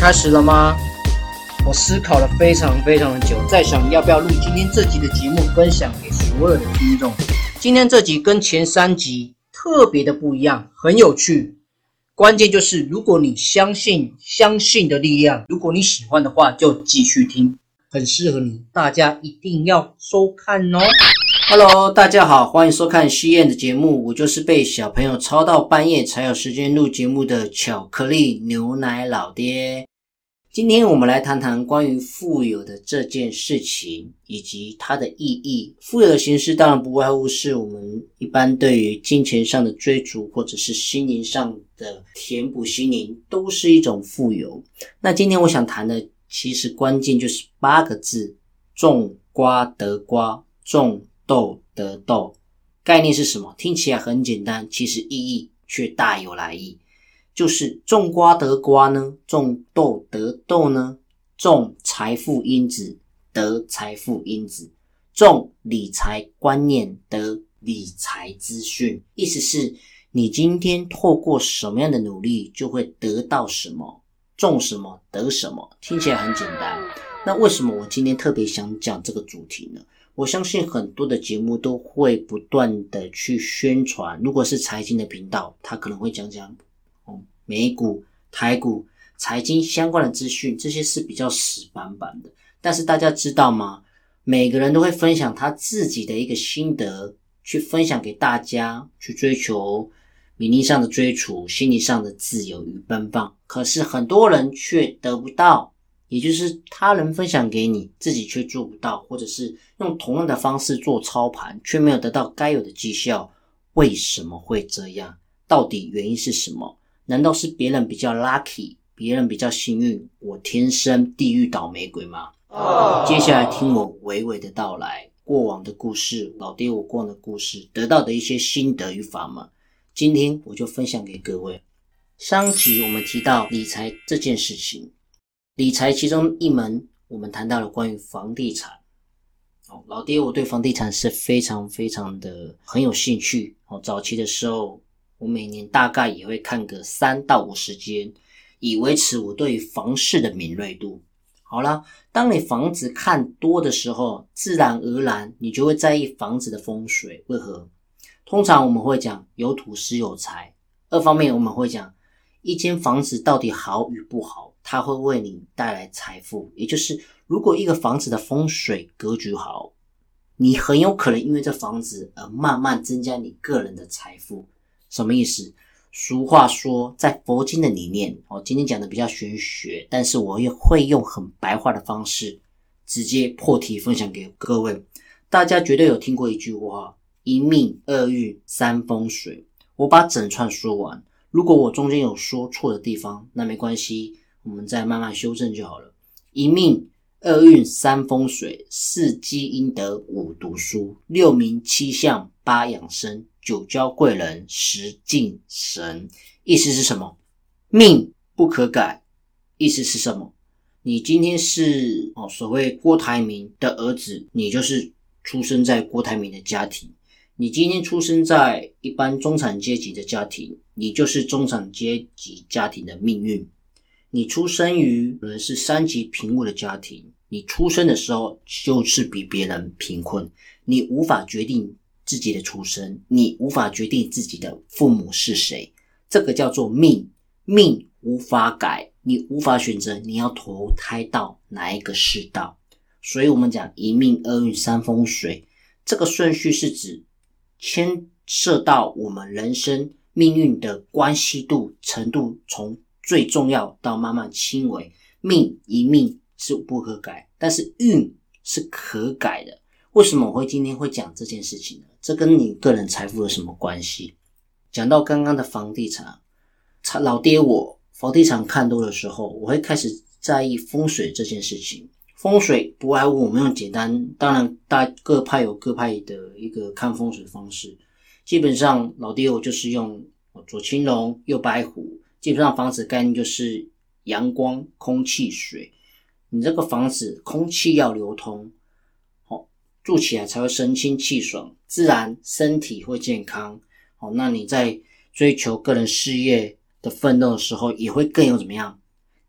开始了吗？我思考了非常的久，在想要不要录今天这集的节目分享给所有的听众。今天这集跟前3集特别的不一样，很有趣。关键就是如果你相信的力量，如果你喜欢的话就继续听，很适合你，大家一定要收看哦。Hello， 大家好，欢迎收看西燕的节目，我就是被小朋友吵到半夜才有时间录节目的巧克力牛奶老爹。今天我们来谈谈关于富有的这件事情以及它的意义。富有的形式当然不外乎是我们一般对于金钱上的追逐，或者是心灵上的填补心灵，都是一种富有。那今天我想谈的其实关键就是8个字：种瓜得瓜，种豆得豆。概念是什么？听起来很简单，其实意义却大有来意。就是种瓜得瓜呢，种豆得豆呢，种财富因子得财富因子，种理财观念得理财资讯。意思是你今天透过什么样的努力就会得到什么，种什么得什么，听起来很简单。那为什么我今天特别想讲这个主题呢？我相信很多的节目都会不断的去宣传，如果是财经的频道，他可能会讲美股、台股、财经相关的资讯，这些是比较死板板的。但是大家知道吗？每个人都会分享他自己的一个心得，去分享给大家，去追求名利上的追逐，心理上的自由与奔放。可是很多人却得不到，也就是他人分享给你，自己却做不到，或者是用同样的方式做操盘，却没有得到该有的绩效。为什么会这样？到底原因是什么？难道是别人比较 lucky， 别人比较幸运，我天生地狱倒霉鬼吗？接下来听我娓娓的道来，过往的故事，老爹我过往的故事，得到的一些心得与法门，今天我就分享给各位。上集我们提到理财这件事情，理财其中一门我们谈到了关于房地产。老爹我对房地产是非常的很有兴趣。早期的时候我每年大概也会看个3到50间，以维持我对房市的敏锐度。好啦，当你房子看多的时候，自然而然你就会在意房子的风水。为何？通常我们会讲有土斯有财。二方面我们会讲一间房子到底好与不好，它会为你带来财富。也就是如果一个房子的风水格局好，你很有可能因为这房子而慢慢增加你个人的财富。什么意思？俗话说，在佛经的里面，今天讲的比较玄学，但是我也会用很白话的方式直接破题分享给各位。大家绝对有听过一句话：一命二运三风水。我把整串说完，如果我中间有说错的地方，那没关系，我们再慢慢修正就好了。一命二运三风水，四积阴德五读书，六名七相八养生，九交贵人十敬神。意思是什么？命不可改。意思是什么？你今天是所谓郭台铭的儿子，你就是出生在郭台铭的家庭。你今天出生在一般中产阶级的家庭，你就是中产阶级家庭的命运。你出生于可能是3级贫户的家庭，你出生的时候就是比别人贫困。你无法决定自己的出生，你无法决定自己的父母是谁，这个叫做命。命无法改，你无法选择你要投胎到哪一个世道。所以我们讲一命二运三风水，这个顺序是指牵涉到我们人生命运的关系度程度，从最重要到慢慢轻微。一命是不可改，但是运是可改的。为什么我今天会讲这件事情呢？这跟你个人财富有什么关系？讲到刚刚的房地产，老爹我房地产看多的时候，我会开始在意风水这件事情。风水不外乎我们用简单，当然各派有各派的一个看风水方式。基本上老爹我就是用左青龙右白虎，基本上房子概念就是阳光空气水。你这个房子空气要流通，住起来才会神清气爽，自然身体会健康。那你在追求个人事业的奋斗的时候，也会更有怎么样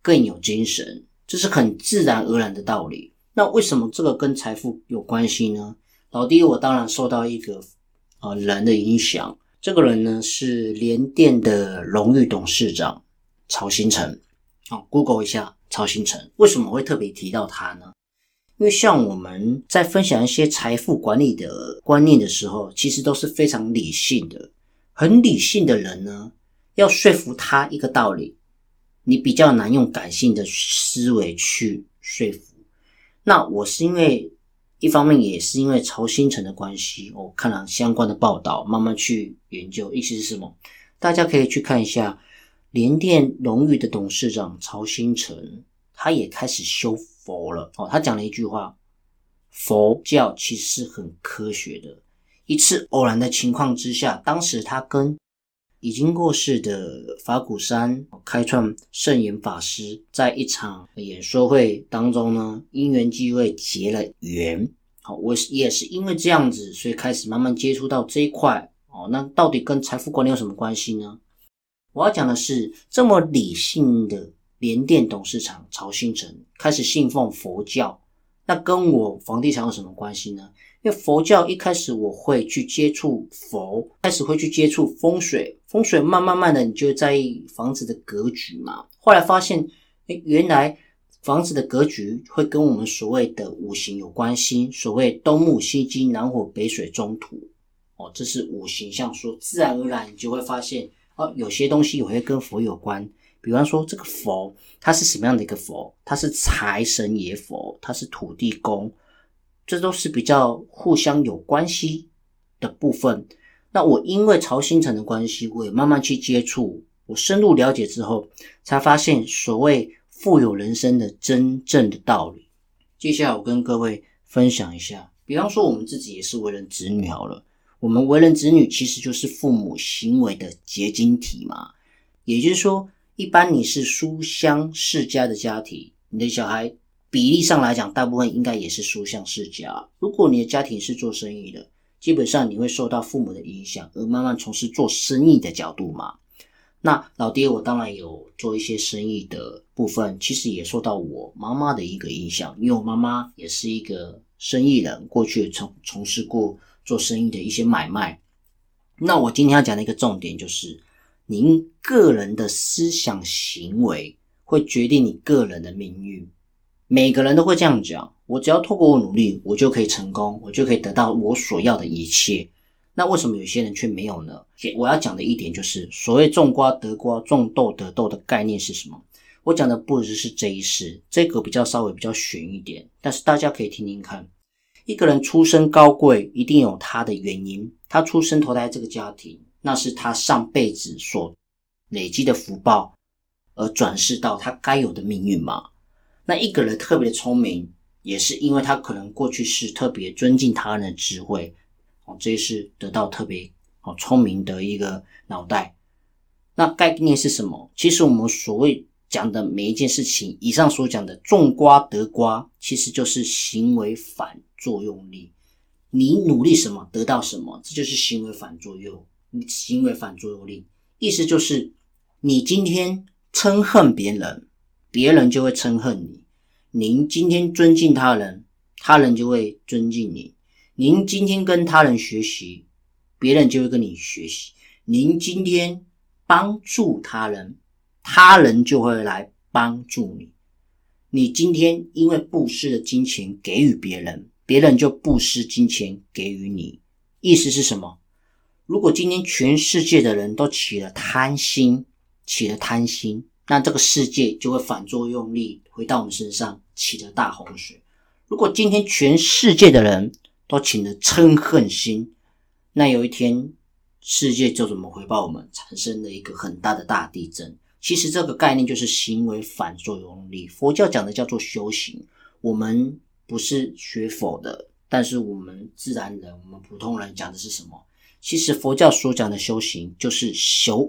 更有精神，这是很自然而然的道理。那为什么这个跟财富有关系呢？老弟，我当然受到一个人的影响，这个人呢是联电的荣誉董事长曹兴诚。Google 一下曹兴诚，为什么会特别提到他呢？因为像我们在分享一些财富管理的观念的时候，其实都是非常理性的。很理性的人呢，要说服他一个道理，你比较难用感性的思维去说服。那我是因为一方面也是因为曹兴诚的关系，我看了相关的报道，慢慢去研究，意思是什么？大家可以去看一下联电荣誉的董事长曹兴诚，他也开始修佛了。他讲了一句话，佛教其实是很科学的。一次偶然的情况之下，当时他跟已经过世的法鼓山开创圣严法师在一场演说会当中呢，因缘际会结了缘。我也是因为这样子，所以开始慢慢接触到这一块。那到底跟财富管理有什么关系呢？我要讲的是，这么理性的联电董事长曹兴诚开始信奉佛教，那跟我房地产有什么关系呢？因为佛教一开始我会去接触佛，开始会去接触风水，风水慢慢的你就会在意房子的格局嘛。后来发现原来房子的格局会跟我们所谓的五行有关系，所谓东木西金南火北水中土，这是五行象说，自然而然你就会发现有些东西也会跟佛有关。比方说这个佛它是什么样的一个佛，它是财神爷佛，它是土地公，这都是比较互相有关系的部分。那我因为曹兴诚的关系，我也慢慢去接触，我深入了解之后才发现所谓富有人生的真正的道理。接下来我跟各位分享一下，比方说我们自己也是为人子女好了，我们为人子女其实就是父母行为的结晶体嘛。也就是说，一般你是书香世家的家庭，你的小孩比例上来讲大部分应该也是书香世家。如果你的家庭是做生意的，基本上你会受到父母的影响而慢慢从事做生意的角度嘛。那老爹我当然有做一些生意的部分，其实也受到我妈妈的一个影响，因为我妈妈也是一个生意人，过去从事过做生意的一些买卖。那我今天要讲的一个重点就是您个人的思想行为会决定你个人的命运。每个人都会这样讲，我只要透过我努力，我就可以成功，我就可以得到我所要的一切。那为什么有些人却没有呢？我要讲的一点就是所谓种瓜得瓜，种豆得豆的概念是什么？我讲的不只是这一世，这个稍微比较悬一点，但是大家可以听听看。一个人出身高贵一定有他的原因，他出生投胎这个家庭，那是他上辈子所累积的福报而转世到他该有的命运嘛。那一个人特别的聪明，也是因为他可能过去是特别尊敬他人的智慧，这是得到特别聪明的一个脑袋。那概念是什么？其实我们所谓讲的每一件事情，以上所讲的种瓜得瓜，其实就是行为反作用力。你努力什么得到什么，这就是行为反作用力。意思就是你今天憎恨别人，别人就会憎恨你；您今天尊敬他人，他人就会尊敬你；您今天跟他人学习，别人就会跟你学习；您今天帮助他人，他人就会来帮助你。你今天因为布施的金钱给予别人，别人就布施金钱给予你。意思是什么？如果今天全世界的人都起了贪心，那这个世界就会反作用力回到我们身上，起了大洪水。如果今天全世界的人都起了嗔恨心，那有一天世界就怎么回报我们，产生了一个很大的大地震。其实这个概念就是行为反作用力，佛教讲的叫做修行。我们不是学佛的，但是我们自然人，我们普通人讲的是什么？其实佛教所讲的修行就是修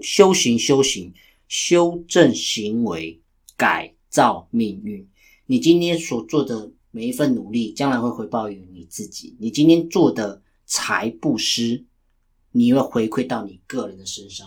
正行为，改造命运。你今天所做的每一份努力，将来会回报于你自己。你今天做的财布施，你会回馈到你个人的身上。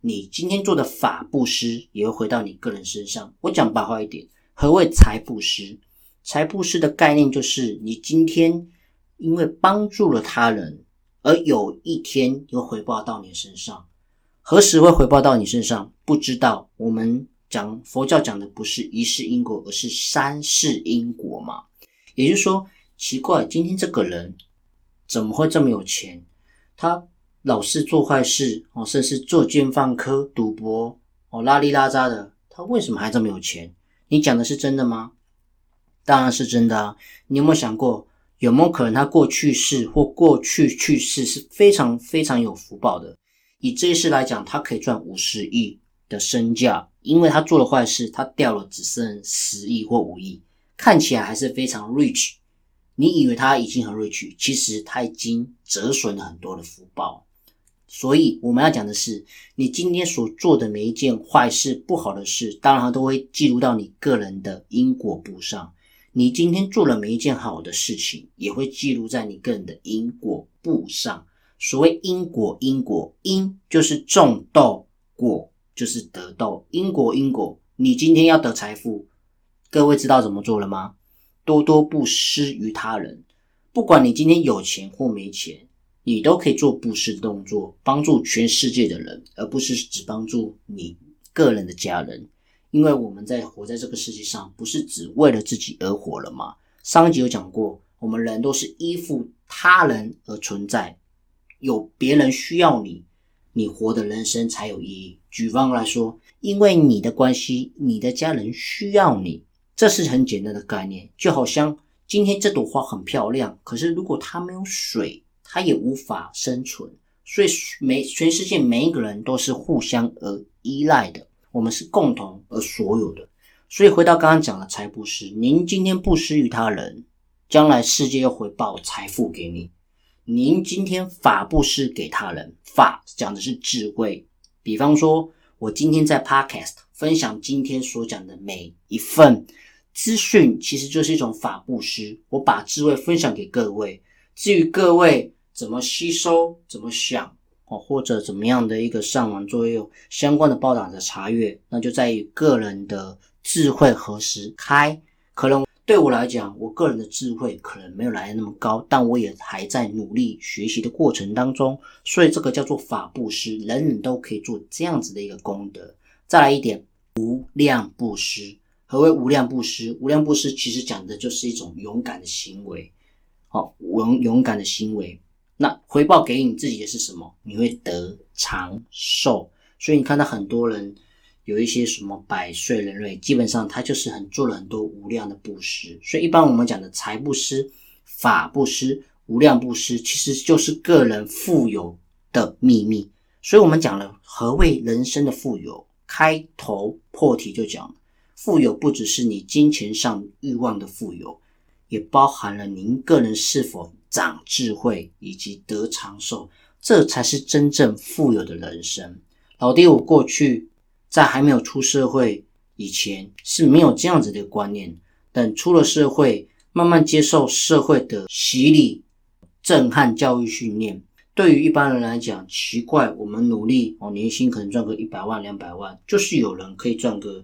你今天做的法布施也会回到你个人身上。我讲白话一点，何谓财布施？财布施的概念就是你今天因为帮助了他人，而有一天又回报到你身上。何时会回报到你身上？不知道。我们讲佛教讲的不是一世因果，而是三世因果嘛。也就是说，奇怪，今天这个人怎么会这么有钱？他老是做坏事甚至作奸犯科、赌博拉里拉扎的，他为什么还这么有钱？你讲的是真的吗？当然是真的啊。你有没有想过，有没有可能他过去世或过去去世是非常非常有福报的？以这一世来讲，他可以赚50亿的身价，因为他做了坏事，他掉了只剩10亿或5亿，看起来还是非常 rich。你以为他已经很 rich， 其实他已经折损了很多的福报。所以我们要讲的是，你今天所做的每一件坏事、不好的事，当然它都会记录到你个人的因果簿上。你今天做了每一件好的事情，也会记录在你个人的因果簿上。所谓因果，因就是种豆，果就是得豆。因果，你今天要得财富，各位知道怎么做了吗？多多布施于他人。不管你今天有钱或没钱，你都可以做布施的动作，帮助全世界的人，而不是只帮助你个人的家人。因为我们活在这个世界上，不是只为了自己而活了吗？上一集有讲过，我们人都是依附他人而存在，有别人需要你，你活的人生才有意义。举方来说，因为你的关系，你的家人需要你，这是很简单的概念。就好像今天这朵花很漂亮，可是如果它没有水，它也无法生存。所以全世界每一个人都是互相而依赖的，我们是共同而所有的。所以回到刚刚讲的财布施，您今天布施于他人，将来世界又回报财富给你。您今天法布施给他人，法讲的是智慧。比方说我今天在 Podcast 分享今天所讲的每一份资讯，其实就是一种法布施，我把智慧分享给各位。至于各位怎么吸收、怎么想或者怎么样的一个上网作用相关的报道的查阅，那就在于个人的智慧何时开。可能对我来讲，我个人的智慧可能没有来得那么高，但我也还在努力学习的过程当中，所以这个叫做法布施，人人都可以做这样子的一个功德。再来一点，无量布施。何谓无量布施？无量布施其实讲的就是一种勇敢的行为，勇敢的行为。那回报给你自己的是什么？你会得长寿。所以你看到很多人有一些什么100岁人类，基本上他就是做了很多无量的布施。所以一般我们讲的财布施、法布施、无量布施，其实就是个人富有的秘密。所以我们讲了何谓人生的富有，开头破题就讲，富有不只是你金钱上欲望的富有，也包含了您个人是否长智慧以及得长寿，这才是真正富有的人生。老弟，我过去在还没有出社会以前是没有这样子的观念，等出了社会，慢慢接受社会的洗礼、震撼教育训练，对于一般人来讲，奇怪，我们努力年薪可能赚个100万、200万，就是有人可以赚个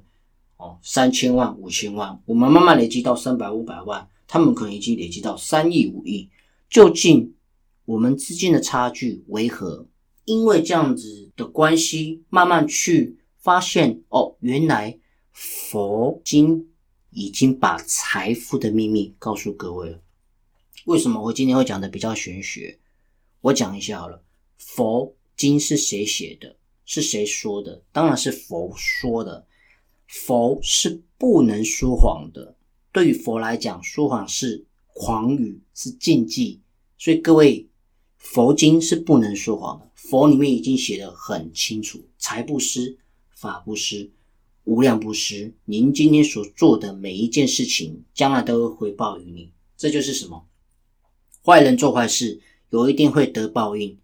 3000万、5000万，我们慢慢累积到300、500万，他们可能已经累积到3亿、5亿。究竟我们之间的差距为何？因为这样子的关系，慢慢去发现原来佛经已经把财富的秘密告诉各位了。为什么我今天会讲的比较玄学？我讲一下好了。佛经是谁写的？是谁说的？当然是佛说的。佛是不能说谎的，对于佛来讲，说谎是狂语，是禁忌。所以各位，佛经是不能说谎的，佛里面已经写得很清楚，财布施、法布施、无量布施，您今天所做的每一件事情，将来都会回报于你。这就是什么？坏人做坏事，有一天会得报应，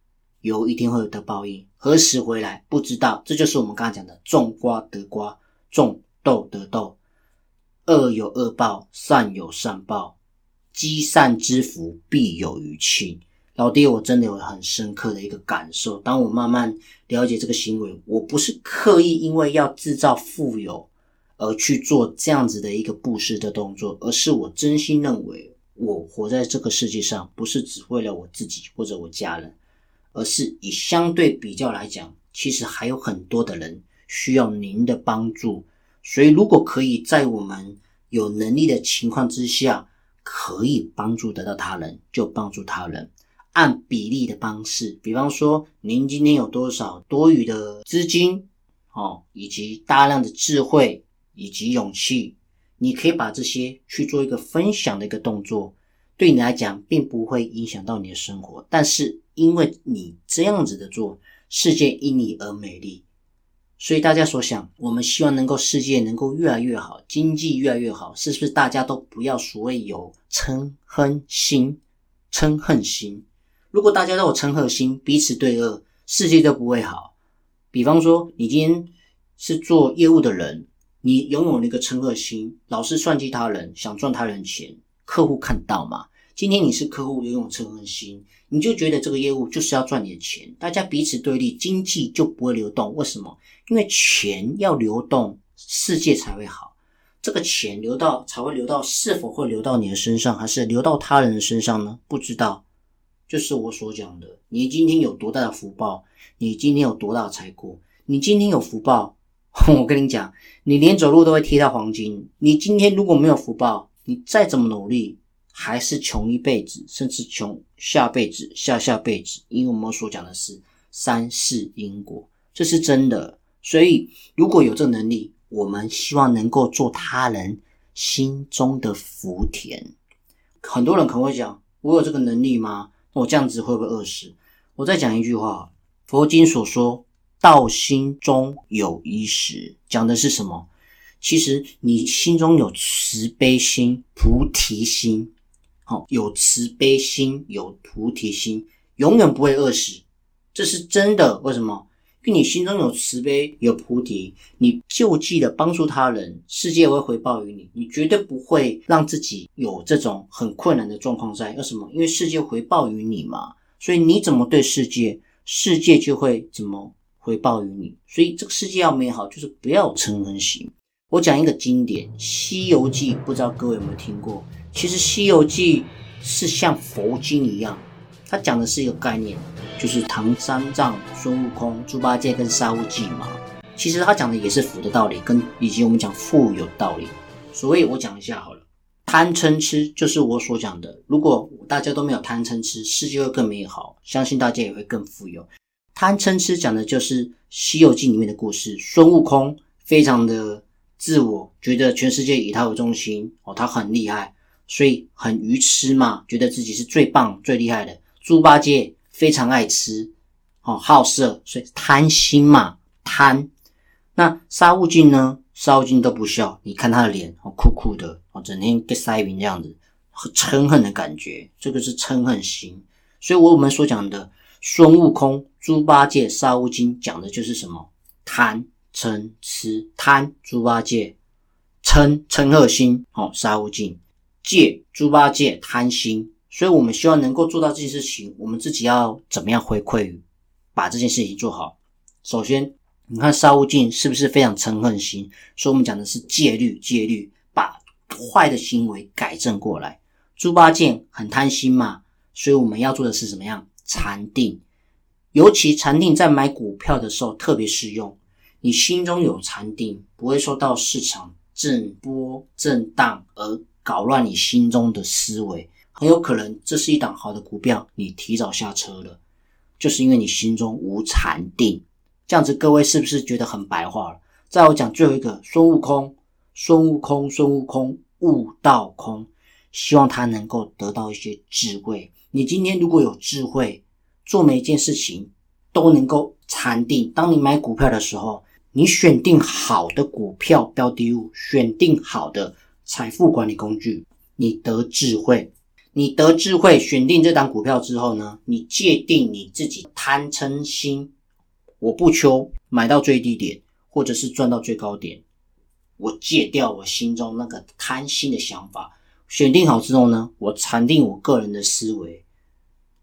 何时回来不知道。这就是我们刚才讲的种瓜得瓜，种豆得豆，恶有恶报，善有善报，积善之福必有余庆。 老爹我真的有很深刻的一个感受，当我慢慢了解这个行为，我不是刻意因为要制造富有而去做这样子的一个布施的动作，而是我真心认为我活在这个世界上不是只为了我自己或者我家人，而是以相对比较来讲，其实还有很多的人需要您的帮助。所以如果可以在我们有能力的情况之下，可以帮助得到他人就帮助他人，按比例的方式，比方说您今天有多少多余的资金以及大量的智慧以及勇气，你可以把这些去做一个分享的一个动作，对你来讲并不会影响到你的生活，但是因为你这样子的做，世界因你而美丽。所以大家所想，我们希望能够世界能够越来越好，经济越来越好，是不是大家都不要所谓有嗔恨心？如果大家都有嗔恨心，彼此对恶，世界都不会好。比方说你今天是做业务的人，你拥有了一个嗔恨心，老是算计他人，想赚他人钱，客户看到嘛？今天你是客户，拥有嗔恨心，你就觉得这个业务就是要赚你的钱，大家彼此对立，经济就不会流动。为什么？因为钱要流动，世界才会好。这个钱才会流到，是否会流到你的身上，还是流到他人的身上呢？不知道。就是我所讲的，你今天有多大的福报，你今天有多大的财库，你今天有福报，我跟你讲，你连走路都会踢到黄金。你今天如果没有福报，你再怎么努力还是穷一辈子，甚至穷下辈子下下辈子，因为我们所讲的是三世因果，这是真的。所以如果有这个能力，我们希望能够做他人心中的福田。很多人可能会讲，我有这个能力吗？我这样子会不会饿死？我再讲一句话，佛经所说道心中有一时，讲的是什么？其实你心中有慈悲心、菩提心，有慈悲心，有菩提心，永远不会饿死，这是真的。为什么？因为你心中有慈悲有菩提，你救济的帮助他人，世界会回报于你，你绝对不会让自己有这种很困难的状况在。为什么？因为世界回报于你嘛，所以你怎么对世界，世界就会怎么回报于你。所以这个世界要美好，就是不要有嗔恨心。我讲一个经典，西游记，不知道各位有没有听过。其实西游记是像佛经一样，它讲的是一个概念，就是唐三藏、孙悟空、猪八戒跟沙悟净嘛。其实他讲的也是福的道理，以及我们讲富有道理。所以我讲一下好了，贪嗔痴就是我所讲的，如果大家都没有贪嗔痴，世界会更美好，相信大家也会更富有。贪嗔痴讲的就是西游记里面的故事，孙悟空非常的自我，觉得全世界以他为中心，他很厉害，所以很愚痴嘛，觉得自己是最棒最厉害的。猪八戒非常爱吃，好色，所以贪心嘛，贪。那沙悟净呢？沙悟净都不笑，你看他的脸酷酷的，整天跟塞云这样子，嗔恨的感觉，这个是嗔恨心。所以我们所讲的孙悟空、猪八戒、沙悟净讲的就是什么？贪嗔痴。贪猪八戒，嗔恨心，沙悟净，戒猪八戒贪心。所以我们希望能够做到这件事情，我们自己要怎么样回馈，把这件事情做好。首先你看沙悟净是不是非常嗔恨心？所以我们讲的是戒律，把坏的行为改正过来。猪八戒很贪心嘛，所以我们要做的是怎么样？禅定。尤其禅定在买股票的时候特别适用，你心中有禅定，不会受到市场震波震荡而搞乱你心中的思维，很有可能这是一档好的股票，你提早下车了，就是因为你心中无禅定。这样子各位是不是觉得很白话了？再我讲最后一个，孙悟空悟道空，希望他能够得到一些智慧。你今天如果有智慧，做每一件事情都能够禅定。当你买股票的时候，你选定好的股票标的物，选定好的财富管理工具，你得智慧，选定这档股票之后呢，你界定你自己贪嗔心，我不求买到最低点或者是赚到最高点，我戒掉我心中那个贪心的想法。选定好之后呢，我禅定我个人的思维，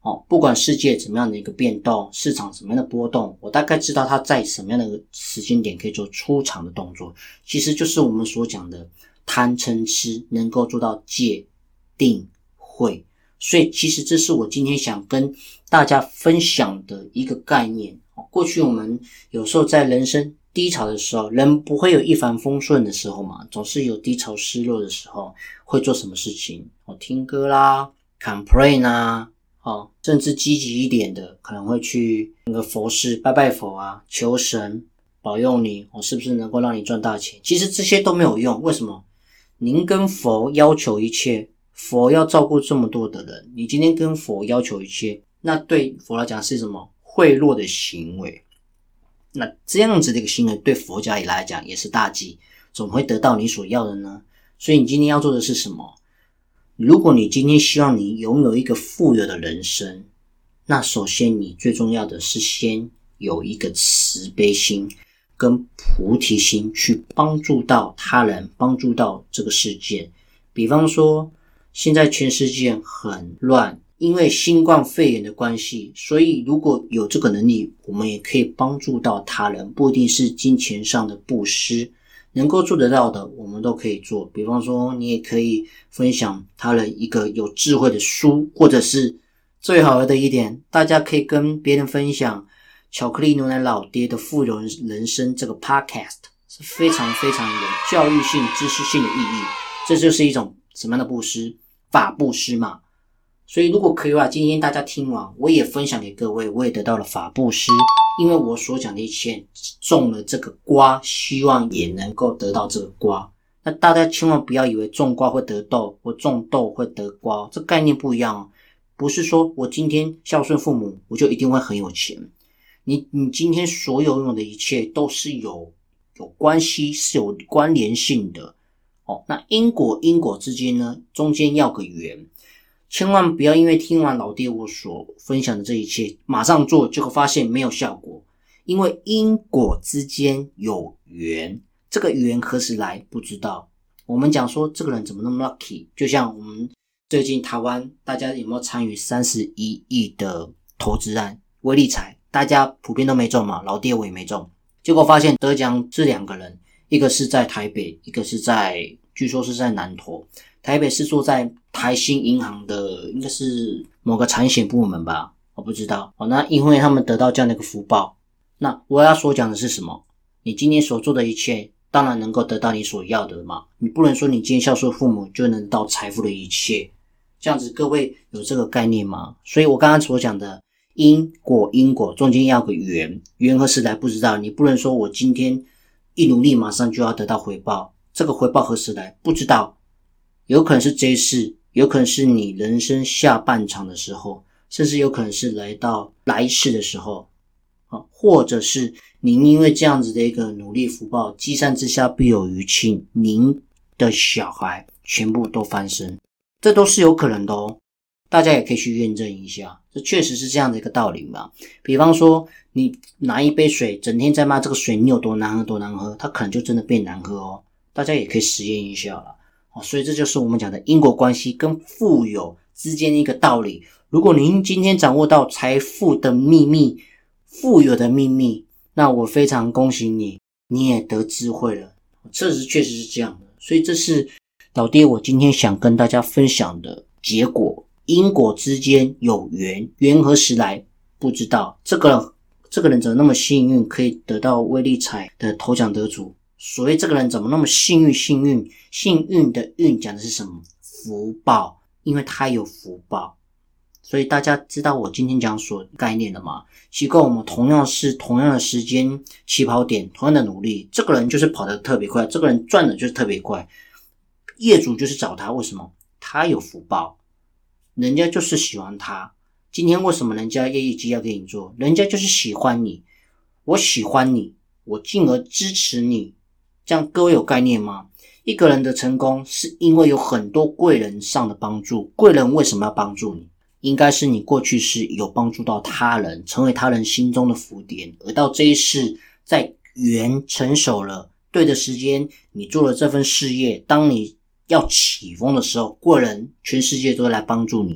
不管世界怎么样的一个变动，市场怎么样的波动，我大概知道它在什么样的时间点可以做出场的动作，其实就是我们所讲的贪嗔痴能够做到戒定慧。所以其实这是我今天想跟大家分享的一个概念。过去我们有时候在人生低潮的时候，人不会有一帆风顺的时候嘛，总是有低潮失落的时候，会做什么事情？听歌啦， complain 啦，甚至积极一点的，可能会去那个佛寺拜拜佛啊，求神保佑你，是不是能够让你赚大钱？其实这些都没有用，为什么？您跟佛要求一切，佛要照顾这么多的人，你今天跟佛要求一切，那对佛来讲是什么？贿赂的行为。那这样子的一个行为对佛家来讲也是大忌，怎么会得到你所要的呢？所以你今天要做的是什么？如果你今天希望你拥有一个富有的人生，那首先你最重要的是先有一个慈悲心跟菩提心，去帮助到他人，帮助到这个世界。比方说现在全世界很乱，因为新冠肺炎的关系，所以如果有这个能力，我们也可以帮助到他人，不一定是金钱上的布施，能够做得到的我们都可以做。比方说你也可以分享他人一个有智慧的书，或者是最好的一点，大家可以跟别人分享巧克力牛奶老爹的富有人生这个 podcast， 是非常非常有教育性知识性的意义。这就是一种什么样的布施？法布施嘛。所以如果可以的话，今天大家听完，我也分享给各位，我也得到了法布施，因为我所讲的一切种了这个瓜，希望也能够得到这个瓜。那大家千万不要以为种瓜会得豆，或种豆会得瓜，这概念不一样哦。不是说我今天孝顺父母，我就一定会很有钱。你今天所有拥有的一切都是有关系，是有关联性的。那因果之间呢，中间要个缘。千万不要因为听完老爹我所分享的这一切马上做，结果发现没有效果。因为因果之间有缘，这个缘何时来不知道。我们讲说这个人怎么那么 lucky， 就像我们最近台湾大家有没有参与31亿的投资案威力彩，大家普遍都没中嘛，老爹我也没中，结果发现得奖是2个人，一个是在台北，一个是据说是在南投。台北是坐在台新银行的，应该是某个产险部门吧，我不知道。那因为他们得到这样的一个福报，那我要所讲的是什么？你今天所做的一切当然能够得到你所要的嘛，你不能说你今天孝顺父母就能得到财富的一切，这样子各位有这个概念吗？所以我刚刚所讲的因果中间要个缘何时来不知道，你不能说我今天一努力马上就要得到回报，这个回报何时来不知道。有可能是这一世，有可能是你人生下半场的时候，甚至有可能是来到来世的时候，或者是您因为这样子的一个努力福报，积善之下必有余庆，您的小孩全部都翻身，这都是有可能的哦。大家也可以去验证一下，这确实是这样的一个道理嘛。比方说你拿一杯水，整天在骂这个水你有多难喝，它可能就真的变难喝哦。大家也可以实验一下啦。所以这就是我们讲的因果关系跟富有之间的一个道理。如果您今天掌握到财富的秘密，富有的秘密，那我非常恭喜你，你也得智慧了。确实是这样的。所以这是老爹我今天想跟大家分享的结果。因果之间有缘，缘何时来不知道。这个人怎么那么幸运，可以得到威力彩的头奖得主？所谓这个人怎么那么幸运的运讲的是什么？福报，因为他有福报。所以大家知道我今天讲所概念了吗？结果我们同样的时间起跑点，同样的努力，这个人就是跑得特别快，这个人赚的就是特别快，业主就是找他，为什么？他有福报，人家就是喜欢他。今天为什么人家业绩要给你做？人家就是喜欢你，我喜欢你，我进而支持你。这样各位有概念吗？一个人的成功是因为有很多贵人上的帮助。贵人为什么要帮助你？应该是你过去是有帮助到他人，成为他人心中的福点，而到这一世在缘成熟了，对的时间你做了这份事业，当你要起风的时候，贵人全世界都来帮助你。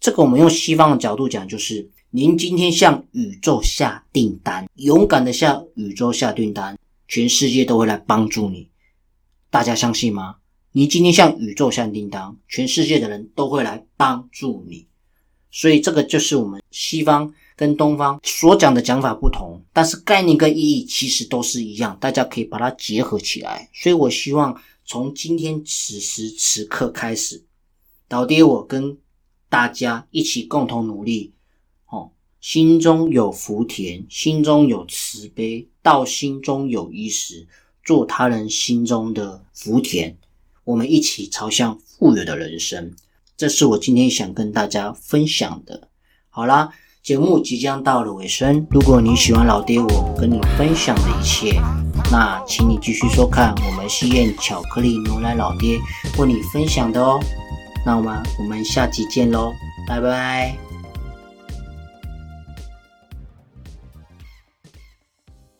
这个我们用西方的角度讲，就是您今天向宇宙下订单，勇敢的向宇宙下订单，全世界都会来帮助你。大家相信吗？你今天向宇宙下订单，全世界的人都会来帮助你。所以这个就是我们西方跟东方所讲的讲法不同，但是概念跟意义其实都是一样，大家可以把它结合起来。所以我希望从今天此时此刻开始，老爹我跟大家一起共同努力，心中有福田，心中有慈悲，到心中有衣食，做他人心中的福田，我们一起朝向富有的人生。这是我今天想跟大家分享的。好啦，节目即将到了尾声，如果你喜欢老爹我跟你分享的一切，那请你继续收看我们西燕巧克力牛奶老爹为你分享的哦。那我们下集见咯，拜拜。